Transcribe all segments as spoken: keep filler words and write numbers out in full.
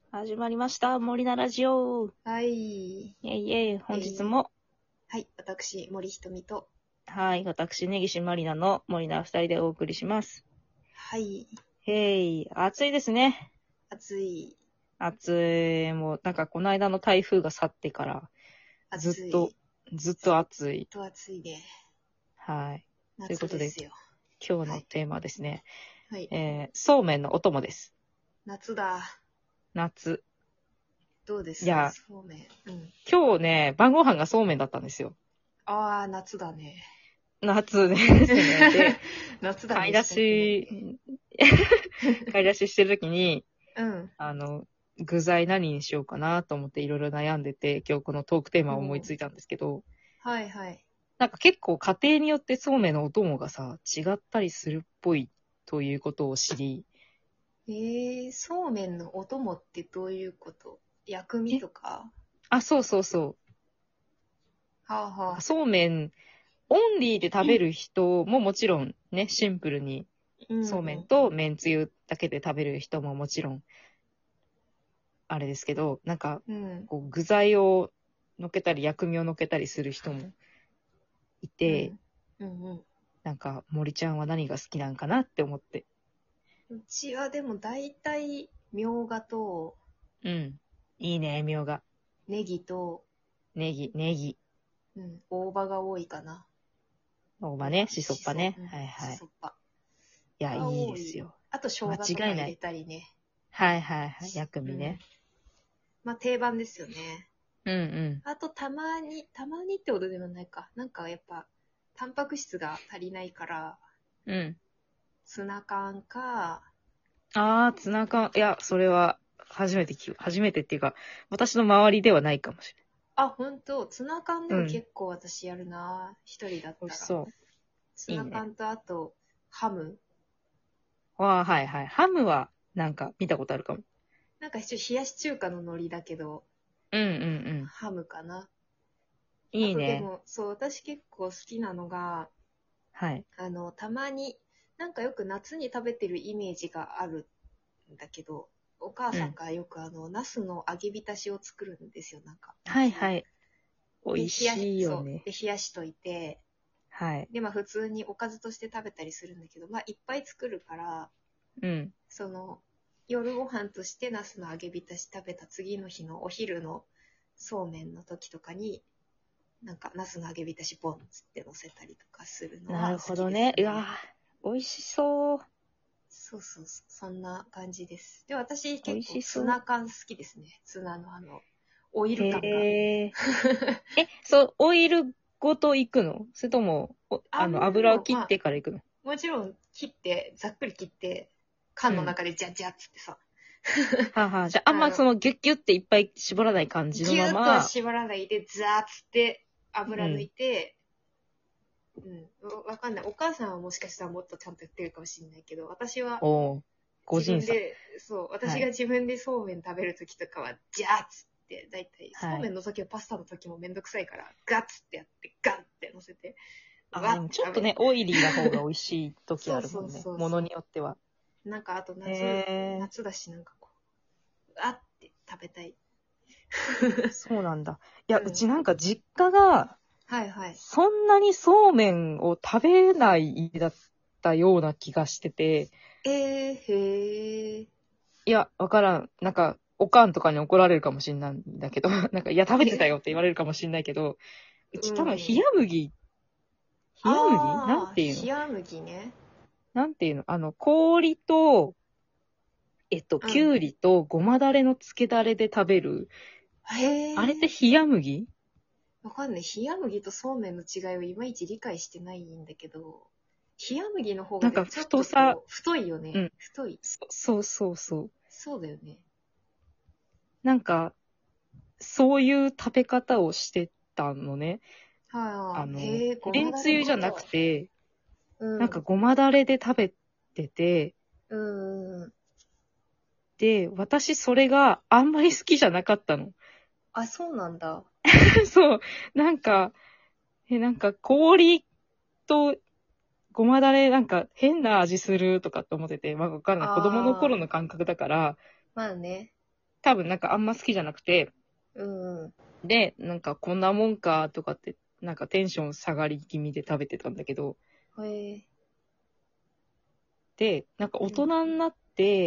始まりました。森菜ラジオ。 はい。 イェイイェイ。本日も、 はい。私、森ひとみと。 はい、私、根岸まりなの森菜二人でお送りします。 はい。 へい、暑いですね。 暑い。 暑い。もう、なんかこの間の台風が去ってから、ず暑い。 っと、ずっと暑い。 ずっと暑いね。 はい。ということで、 夏ですよ。 今日のテーマはですね、 はい。 えー、そうめんのお供です。 夏だ。 夏。 どうですか、 いや、 そうめん。うん。 今日ね、晩ご飯がそうめんだったんですよ。 ああ、夏だね。 夏ですね。で、 夏だね、 買い出したくないね。 し、買い出ししてるときに、 うん。 あの、具材何にしようかなと思っていろいろ悩んでて、今日このトークテーマを思いついたんですけど、 はいはい。 なんか結構家庭によってそうめんのお供がさ、違ったりするっぽいということを知り、 えー、そうめんのお供ってどういうこと？薬味え、 とか？ あ、そうそうそう。 はあはあ。 なんかそうめんオンリーで食べる人ももちろんね、シンプルにうんそうめんうとめんつゆだけで食べる人ももちろんあれですけど、なんかん。うん。 こう具材を乗っけたり薬味を乗っけたりする人もいて、 うん。うんうん。 なんか森ちゃんは何が好きなんかなって思って。 うちはでも大体、みょうがと、 うん。いいね、みょうが。 ネギと、 ネギ、ネギ。 うん、大葉が多いかな。 大葉ね、 大葉、 しそっしそ、 ぱね。 うん、 はいはい。 しそっぱいや、いいでが多い。 すよ。 あと生間姜とか入れ違いない。 たりね。 はいはいはい。薬うん。 味ね。 まあ定番ですよね。 うんうん。 あとたまに、たまにってことでもないか。なんかやっぱ、タンパク質が足りないから、 うん。 ツナ缶か、 あー、ツナ缶。いや、それは、初めて聞く。初めてっていうか、私の周りではないかもしあ、ほんと、ツナ缶でれない。うん。 も結構私やるな。一人だったら。 美味しそう。 ツいいね。 ナ缶とあと、ハム。 わー、はいはい。ハムは、なんか、見たことあるかも。 なんか一応冷やし中華の海苔だけど、 うんうんうん。 ハムかな。あいいね。 とでも、そう、私結構好きなのが、 はい。 あの、たまに、なんかよく夏に食べてるイメージがあるんだけど、お母さんうん。 がよくあの、ナスの揚げ浸しを作るんですよ、なんか、夏。 はいはい。美で、 味冷やし、 しいよそう、 ね。 で、冷やしといて、 はい。 で、まあ普通におかずとして食べたりするんだけど、まあいっぱい作るから、 うん。 その、夜ご飯としてナスの揚げ浸し食べた次の日のお昼のそうめんの時とかに、なんか、ナスの揚げ浸しボンつって乗せたりとかするのなるは好きですほどね。うわね。 ー、美味しそう。 そうそうそう、そんな感じです。で、私美味結構しそう。 ツナ缶好きですね。ツナのあの、オイル感が。 へえ。え、そう、オイルごといくの？それとも、おあの、油を油を、 切っまあ、 てからいくの？ もちろん切って、ざっくり切って、缶のうん。 中でジャッジャッつってさ、 はあ、はあ、じゃあ、あんあの、 まそのギュッギュッていっぱい絞らない感じのギューッとはまま、 絞らないで、ザーッつって油抜いうん。 て、うん、わわかんない。お母さんはもしかしたらもっとちゃんとやってるかもしれないけど、私はおー、個自人差。 分で、そう、私がはい。 自分でそうめん食べるときとかは、ジャーッつって、だいたいそうはい。 めんの時はパスタの時もめんどくさいから、ガッツってやって、ガンって乗せて、 あー、 わでもって食べる。 ちょっとね、オイリーな方が美味しい時そうそうあるもんね。ものにそうそよっては。 う。なんかあとへ夏、 え、 夏だしなんかこう、あって食べたい。 そうなんだ。いや、ううん。 ちなんか実家が、 はいはい。 そんなにそうめんを食べない家だったような気がしてて、 えー、へー。 いや、わからん。なんか、おかんとかに怒られるかもしんないんだけど、なんか、いや、食べてたよって言われるかもしんないけど、うち多分、冷うん。 麦、冷麦なんあていうー、 の冷麦ね。 なんていうのあの、氷と、えっと、 うん。 きゅうりとごまだれのつけだれで食べる、あれってへー。 冷麦わかんない。冷麦とそうめんの違いをいまいち理解してないんだけど、冷麦の方がなんか、 でもちょっと太さ、 こう、太いよね。 うん。 太い。 そそうそうそう。 そうだよね。 なんか、そういう食べ方をしてたのね。あはあ、 の、 へえ、ごめんまだれか。 つゆじゃなくて、なんかうん。 ごまだれで食べてて、 うん。 で、私それがあんまり好きじゃなかったの。 あ、そうなんだ。 そう。なんか、え、なんか氷とごまだれなんか変な味するとかって思ってて、まあわかんない。子供の頃ああ、 の感覚だから、 まあね。 多分なんかあんま好きじゃなくて、 うんうん。 で、なんかこんなもんかとかって、なんかテンション下がり気味で食べてたんだけど、 へえ。 で、なんか大うん。 人になって、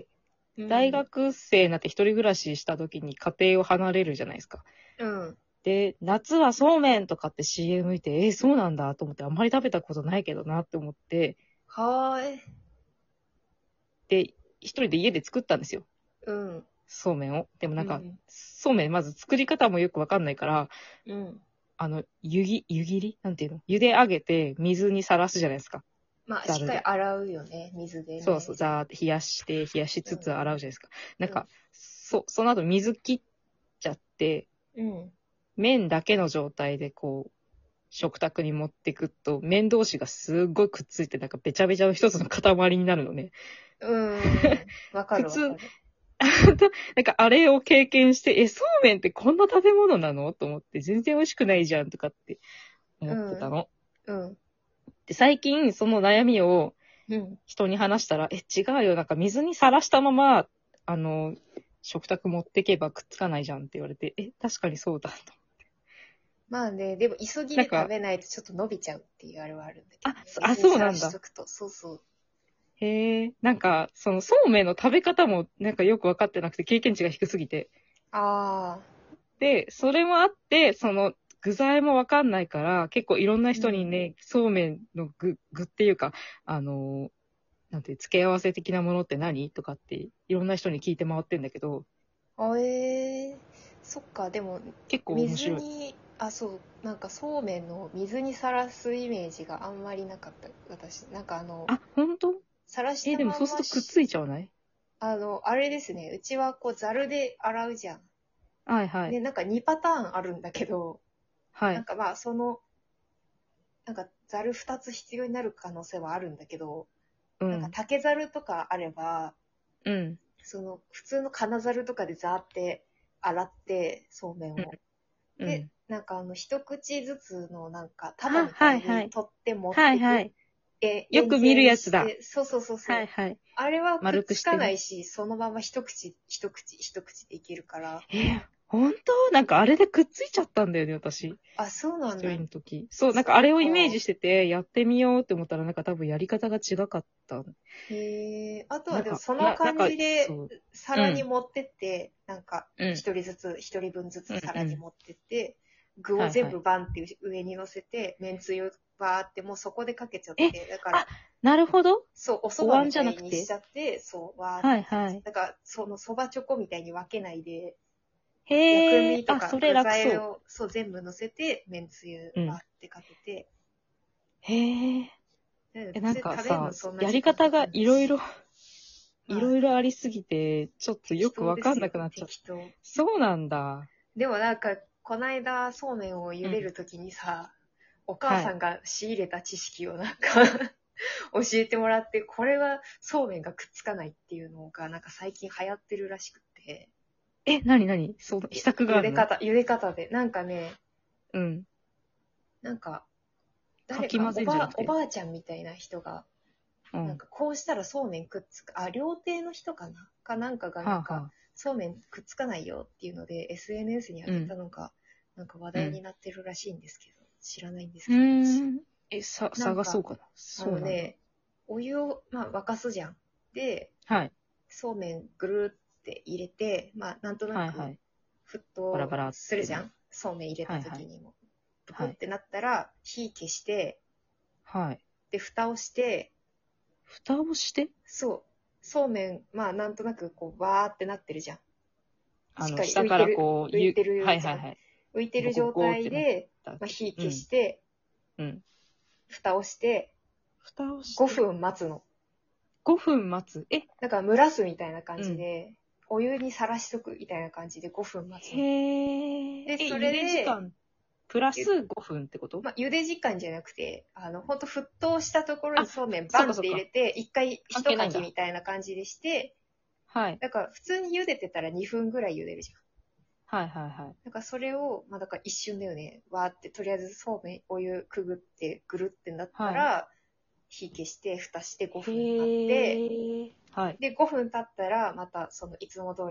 大うん。 学生になって一人暮らしした時に家庭を離れるじゃないですか。 うん。 で、夏はそうめんとかって シーエム 見て、えーそうなんだと思って、あんまり食べたことないけどなって思って、 はーい。 で、一人で家で作ったんですよ。 うん。 そうめんを。でもなんか、 うん。 そうめんまず作り方もよくわかんないから、 うん。 あの、湯ぎ、湯切りなんていうの茹で上げて水にさらすじゃないですか。 まあ、しっかりざるで。 洗うよね、水でそうそう、 ね。 ざーって冷やして、冷やしうんつつ洗うじゃないですか。なんうん。 か、そ、その後水切っちゃって、 うん。 麺だけの状態でこう、食卓に持ってくと、麺同士がすっごいくっついて、なんかべちゃべちゃの一つの塊になるのね。 うん。うん。わか普通、 るわかる。 なんかあれを経験して、え、そうめんってこんな食べ物なのと思って、全然美味しくないじゃんとかって思ってたうん。 の。 うん。 で、最近その悩みをうん。 人に話したら、え、違うよ、なんか水にさらしたまま、あの、食卓持ってけばくっつかないじゃんって言われて、え、確かにそうだと。 まあね、でも急ぎで食なんか、 べないとちょっと伸びちゃうっていうあれはあるんだけあ、 どね。 そあ、 水にさらそうなんだ。 しとくと。そうそう。 へえ、なんか、そのそうめんの食べ方もなんかよくわかってなくて経験値が低すぎて。 ああ。 で、それもあって、その具材もわかんないから、結構いろんなうん。 人にね、そうめんの具、具っていうか、あの、なんて、付け合わせ的なものって何とかって、いろんな人に聞いて回ってんだけど、 あえー、そっか、でも、 結構面白い。 水に、あ、そう、なんかそうめんの水にさらすイメージがあんまりなかった、私。なんかあの、 あ、本当？ さらしえ、 たまんでもそうするとくっつまし、 いちゃわない？ あの、あれですね、うちはこう、ざるで洗うじゃん。で、 はいはい。 なんかにパターンあるんだけど、 はい。 なんかまあ、その、なんかざるふたつ必要になる可能性はあるんだけど、なんかうん。 竹ざるとかあれば、 うん。 その、普通の金ざるとかでザーって洗って、そうめんうん。 を。で、 うん。 なんかあの、一口ずつのなんか束あ、 みたいはいはい。 に取って持ってく。 はいはい。 え、円よく見る形にやつだ。 して、そうそうそうそう。 はいはい。 あれはくっ丸くつしてね。 かないし、そのまま一口、一口、一口でいけるから。 えー、本当なんかあれでくっついちゃったんだよね、私。 あ、そうなんだ。 一人の時。そう、なんかあそっれをイメージか。 してて、やってみようって思ったら、なんか多分やり方が違かった。 へえ。あとはでもなんか、 そのな、なん感か、 じでそう。う皿にん。 持ってって、なんかうん。 一人ずつ、一人分ずつうん。うん。 皿に持ってって、具をはいはい。 全部バンって上に乗せて、めんつゆバーってもうそこでかけちゃっえ、 て、だかあ、 ら、 なるほど。 そう、お蕎お椀じゃ麦みたいなくて。 にしちゃって、そう、わーってやっちゃう。 はいはい。 だから、その蕎麦チョコみたいに分けないで、薬へえ、あ、 味とかそれ具材楽そをそう全部乗せて、めんつゆう。うん。 バーってかけて、 へえ。 でえ、なん別に食べるかさ、 のそんなや時間かかり方がんないし。 いろいろ、いまあ、 ろいろありすぎて、ちょっとよ適くわかん当ですよ、 なくなっちゃった。 適当。 そうなんだ。 でもなんか、こないだそうめんを茹でうん。 るときにさ、お母はい。 さんが仕入れた知識をなんか教えてもらって、これはそうめんがくっつかないっていうのがなんか最近流行ってるらしくて、 え、なになにそう、秘策があるの？ 茹で方、茹で方で、なんかね、 うん。 なんか、誰か、 かき混おば、 ぜんじゃなくて。 おばあちゃんみたいな人が、 うん。 なんかこうしたらそうめんくっつく、あ、料亭の人かなかなんかがなんか、 はあはあ。 そうめんくっつかないよっていうので エスエヌエス に上げたうん。 のが、なんか話うん。 題になってるらしいんですけど、知らないんですうーけど、私。 ん。え、さ、 なんか、 探そうかな。 あそうなんだ。 のね、お湯を、まあ、沸かすじゃん。で、 はい。 そうめんぐるって入れて、まあ、なんとなくはいはい。 沸騰バラバラってね。 するじゃん。そうめん入れたはいはい。 時にも。ぷくはい。 ってなったら、火消して、 はい。 で、蓋をして、 蓋をして、 そう、そうめん、まあ、なんとなくこう、わーってなってるじゃん。 あの、 しっかり下から浮いてる、 こう、ゆ、 浮いてるじゃん。 はいはいはい。 浮いてる状ゴコゴコってなっ態で、まあ、 たわけ。 火消うん。 して、 うん。 蓋をして、 蓋をし 5 て、 分待つの。 ごふん待つ。え、 だから蒸らすみたいな感うん。 じで、お湯にさらしとくみたいな感じでごふん待つの。 へえ。 で、 え、 そ茹で時れで、 間、プラゆスごふんってこと？ まあ、茹で時間じゃなくて、あの、ほんと沸騰したところにあ、 そうめんバンっそうかそうか。 て入れて、一回一か関係ないんだ。 きみたいな感じでして、 はい。 だから普通に茹でてたらにふんぐらい茹でるじゃん。 はいはいはい。 だからそれを、まあだから一瞬だよね。わーって、とりあえずそうめん、お湯くぐって、ぐるってなったはい。 ら、火消して、蓋してごふん待って、 へえ。はい。 で、ごふん経ったら、またそのいつも通り、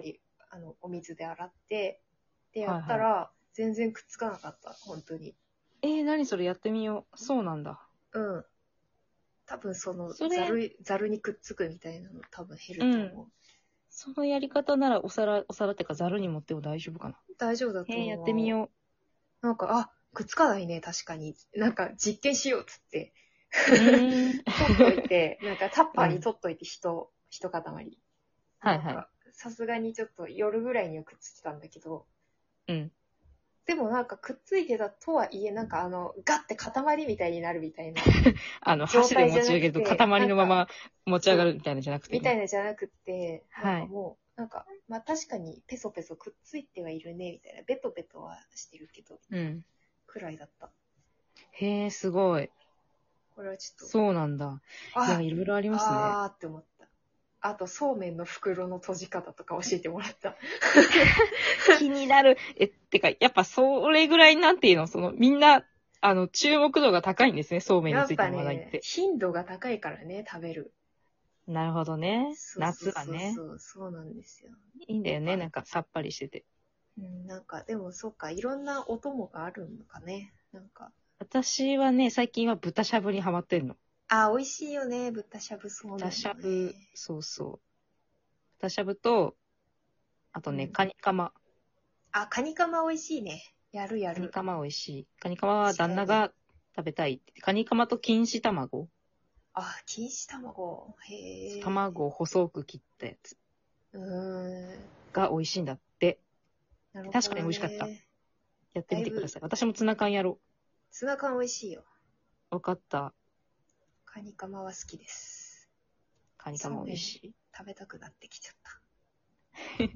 あの、お水で洗って、で、やったら、全然くっつかなかった、本当に。 えー、何それやってみよう。そうなんだ。 うん。多分その、 それざる、ざるにくっつくみたいなの多分減ると思う。 そのやり方ならお皿、お皿ってかざるに持っても大丈夫かな。 大丈夫だと思う。 へえ、やってみよなんか、あ、くっつかないね、確かに。なんか、実験しようっつって、 う。うーん。 取っといて、なんかタッパーに取っといて、人、一塊。 はいはい。 なんか、さすがにちょっと夜ぐらいにはくっついてたんだけど、 うん。 でもなんかくっついてたとはいえ、なんかあの、ガッて塊みたいになるみたいなあの、 状箸で態じゃなく持ち上げるとて、 塊のまなんかま持ち上がるみたいなじゃなくてね。 みたいなじゃなくて、なんはい。 かもう、なんか、まあ確かにペソペソくっついてはいるね、みたいな。ベトベトはしてるけど、 うん。 くらいだった。 へえ、すごい。 これはちょっと、 そうなんだ。いや、 あ、 いろいろありますね。 あーって思った。あと、そうめんの袋の閉じ方とか教えてもらった。 気になる。え、てか、やっぱそれぐらいなんていうの、その、みんな、あの、注目度が高いんですね、そうめんについてやっぱね、 の話題って。 頻度が高いからね、食べる。 なるほどね。 そうそうそう夏はね。 そう、そうなんですよ。 いいんだよね、 やっぱなんかさっぱりしてて。 うん、なんか、でもそっか、いろんなお供があるのかね。なんか、 私はね、最近は豚しゃぶにハマってんの。 あ、美味しいよね、豚しゃぶそうめんも豚ね。 しゃぶ、そうそう。豚しゃぶと、あとね、 うんカニカマ。 あ、カニカマ美味しいね。やるやる。 カニカマ美味しい。カニカマは確かに。 旦那が食べたいって言って。カニカマと錦糸卵。 あ、錦糸卵。へえ。 卵を細く切ったやつうーん。 が美味しいんだって。 なるほ確かにど美味しかった。 ね。 やってだいぶ、 みてください。私もツナ缶やろツナ缶美味しいよ。 う。わかった。 カニカマは好きです。 カニカマ美味しい。 食べたくなってきちゃった。